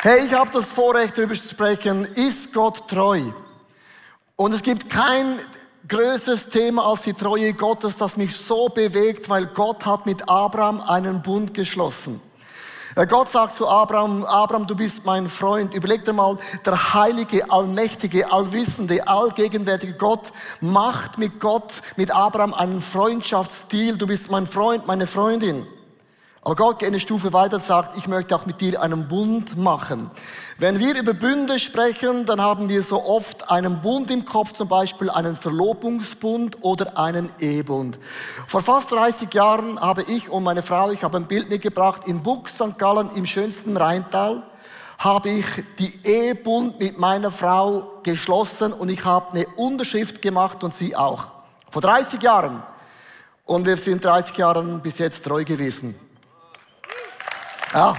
Hey, ich habe das Vorrecht, darüber zu sprechen, ist Gott treu? Und es gibt kein größeres Thema als die Treue Gottes, das mich so bewegt, weil Gott hat mit Abraham einen Bund geschlossen. Gott sagt zu Abraham, Abraham, du bist mein Freund. Überleg dir mal, der heilige, allmächtige, allwissende, allgegenwärtige Gott macht mit Abraham einen Freundschaftsdeal. Du bist mein Freund, meine Freundin. Aber Gott geht eine Stufe weiter und sagt, ich möchte auch mit dir einen Bund machen. Wenn wir über Bünde sprechen, dann haben wir so oft einen Bund im Kopf, zum Beispiel einen Verlobungsbund oder einen Ehebund. Vor fast 30 Jahren habe ich und meine Frau, ich habe ein Bild mitgebracht, in Bug, St. Gallen, im schönsten Rheintal, habe ich die Ehebund mit meiner Frau geschlossen und ich habe eine Unterschrift gemacht und sie auch. Vor 30 Jahren. Und wir sind 30 Jahren bis jetzt treu gewesen. Ja.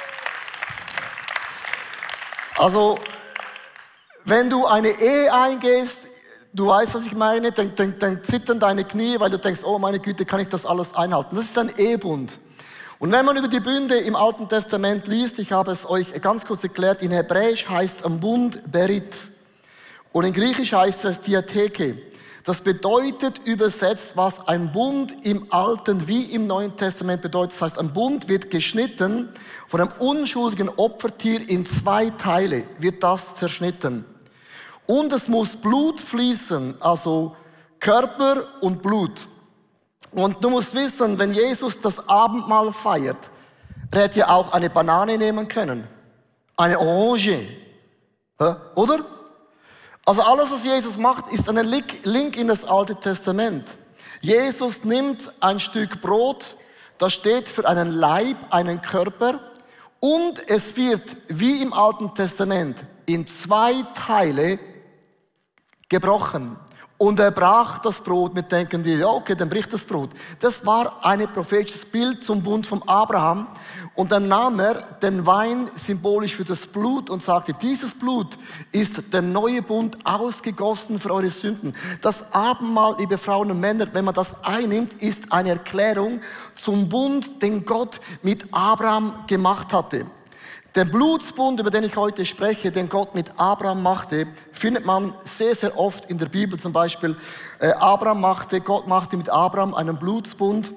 Also, wenn du eine Ehe eingehst, du weißt, was ich meine, dann zittern deine Knie, weil du denkst, oh meine Güte, kann ich das alles einhalten? Das ist ein Ehebund. Und wenn man über die Bünde im Alten Testament liest, ich habe es euch ganz kurz erklärt, in Hebräisch heißt ein Bund Berit und in Griechisch heißt es Diatheke. Das bedeutet übersetzt, was ein Bund im Alten wie im Neuen Testament bedeutet. Das heißt, ein Bund wird geschnitten, von einem unschuldigen Opfertier in 2 Teile wird das zerschnitten. Und es muss Blut fließen, also Körper und Blut. Und du musst wissen, wenn Jesus das Abendmahl feiert, er hätte ja auch eine Banane nehmen können. Eine Orange. Oder? Also alles, was Jesus macht, ist ein Link in das Alte Testament. Jesus nimmt ein Stück Brot, das steht für einen Leib, einen Körper, und es wird, wie im Alten Testament, in 2 Teile gebrochen. Und er brach das Brot, mit denken die, ja okay, dann bricht das Brot. Das war ein prophetisches Bild zum Bund von Abraham. Und dann nahm er den Wein symbolisch für das Blut und sagte, dieses Blut ist der neue Bund ausgegossen für eure Sünden. Das Abendmahl, liebe Frauen und Männer, wenn man das einnimmt, ist eine Erklärung zum Bund, den Gott mit Abraham gemacht hatte. Der Blutsbund, über den ich heute spreche, den Gott mit Abraham machte, findet man sehr, sehr oft in der Bibel. Zum Beispiel Gott machte mit Abraham einen Blutsbund.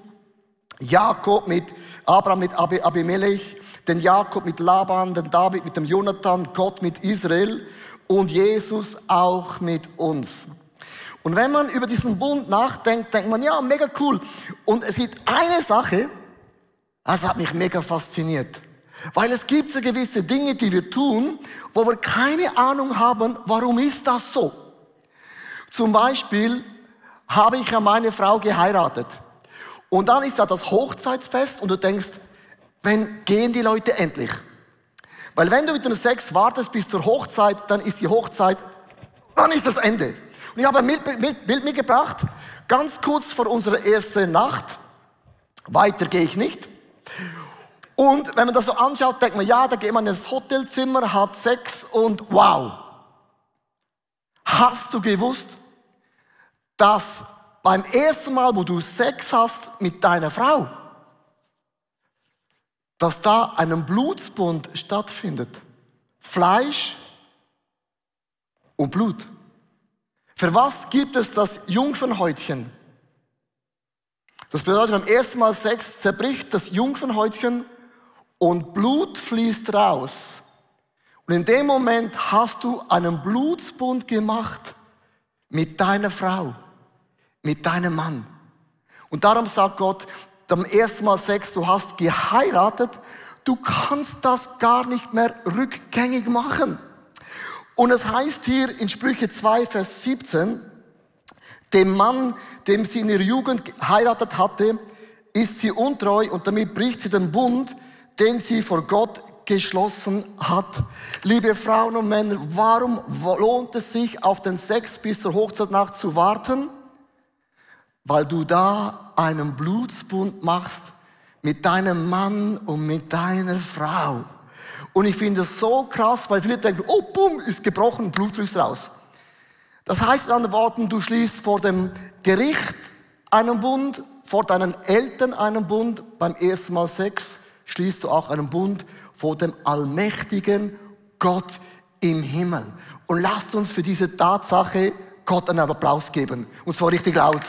Abraham mit Abimelech, den Jakob mit Laban, den David mit dem Jonathan, Gott mit Israel und Jesus auch mit uns. Und wenn man über diesen Bund nachdenkt, denkt man, ja, mega cool. Und es gibt eine Sache, das hat mich mega fasziniert. Weil es gibt so gewisse Dinge, die wir tun, wo wir keine Ahnung haben, warum ist das so. Zum Beispiel habe ich ja meine Frau geheiratet. Und dann ist da das Hochzeitsfest und du denkst, wann gehen die Leute endlich? Weil wenn du mit dem Sex wartest bis zur Hochzeit, dann ist die Hochzeit, dann ist das Ende. Und ich habe ein Bild mitgebracht, ganz kurz vor unserer ersten Nacht. Weiter gehe ich nicht. Und wenn man das so anschaut, denkt man, ja, da geht man ins Hotelzimmer, hat Sex und wow. Hast du gewusst, dass beim ersten Mal, wo du Sex hast mit deiner Frau, dass da ein Blutsbund stattfindet? Fleisch und Blut. Für was gibt es das Jungfernhäutchen? Das bedeutet, beim ersten Mal Sex zerbricht das Jungfernhäutchen und Blut fließt raus. Und in dem Moment hast du einen Blutsbund gemacht mit deiner Frau, mit deinem Mann. Und darum sagt Gott, beim ersten Mal Sex, du hast geheiratet, du kannst das gar nicht mehr rückgängig machen. Und es heißt hier in Sprüche 2, Vers 17, dem Mann, dem sie in ihrer Jugend geheiratet hatte, ist sie untreu und damit bricht sie den Bund, den sie vor Gott geschlossen hat. Liebe Frauen und Männer, warum lohnt es sich, auf den Sex bis zur Hochzeitsnacht zu warten? Weil du da einen Blutsbund machst mit deinem Mann und mit deiner Frau. Und ich finde es so krass, weil viele denken, oh, bumm, ist gebrochen, Blut fließt raus. Das heißt mit anderen Worten, du schließt vor dem Gericht einen Bund, vor deinen Eltern einen Bund, beim ersten Mal Sex schließt du auch einen Bund vor dem allmächtigen Gott im Himmel. Und lasst uns für diese Tatsache Gott einen Applaus geben. Und zwar richtig laut.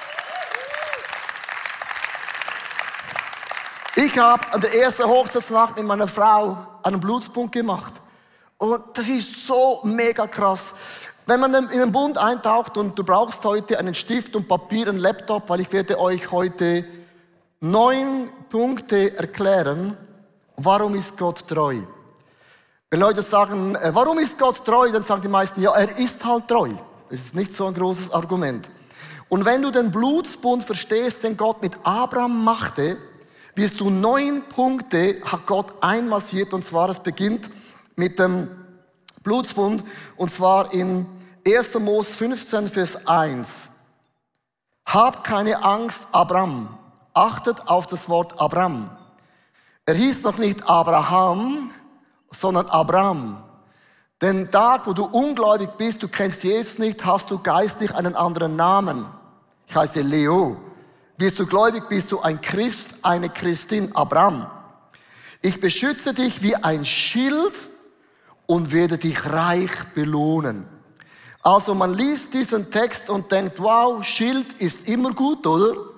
Ich habe an der ersten Hochzeitsnacht mit meiner Frau einen Blutsbund gemacht. Und das ist so mega krass. Wenn man in den Bund eintaucht und du brauchst heute einen Stift und Papier, einen Laptop, weil ich werde euch heute 9 Punkte erklären, warum ist Gott treu. Wenn Leute sagen, warum ist Gott treu, dann sagen die meisten, ja, er ist halt treu. Das ist nicht so ein großes Argument. Und wenn du den Blutsbund verstehst, den Gott mit Abraham machte, wirst du 9 Punkte, hat Gott einmassiert, und zwar, es beginnt mit dem Blutsbund, und zwar in 1. Mose 15, Vers 1. Hab keine Angst, Abraham. Achtet auf das Wort Abraham. Er hieß noch nicht Abraham, sondern Abraham. Denn da, wo du ungläubig bist, du kennst Jesus nicht, hast du geistlich einen anderen Namen. Ich heiße Leo. Bist du gläubig, bist du ein Christ, eine Christin, Abraham. Ich beschütze dich wie ein Schild und werde dich reich belohnen. Also man liest diesen Text und denkt, wow, Schild ist immer gut, oder?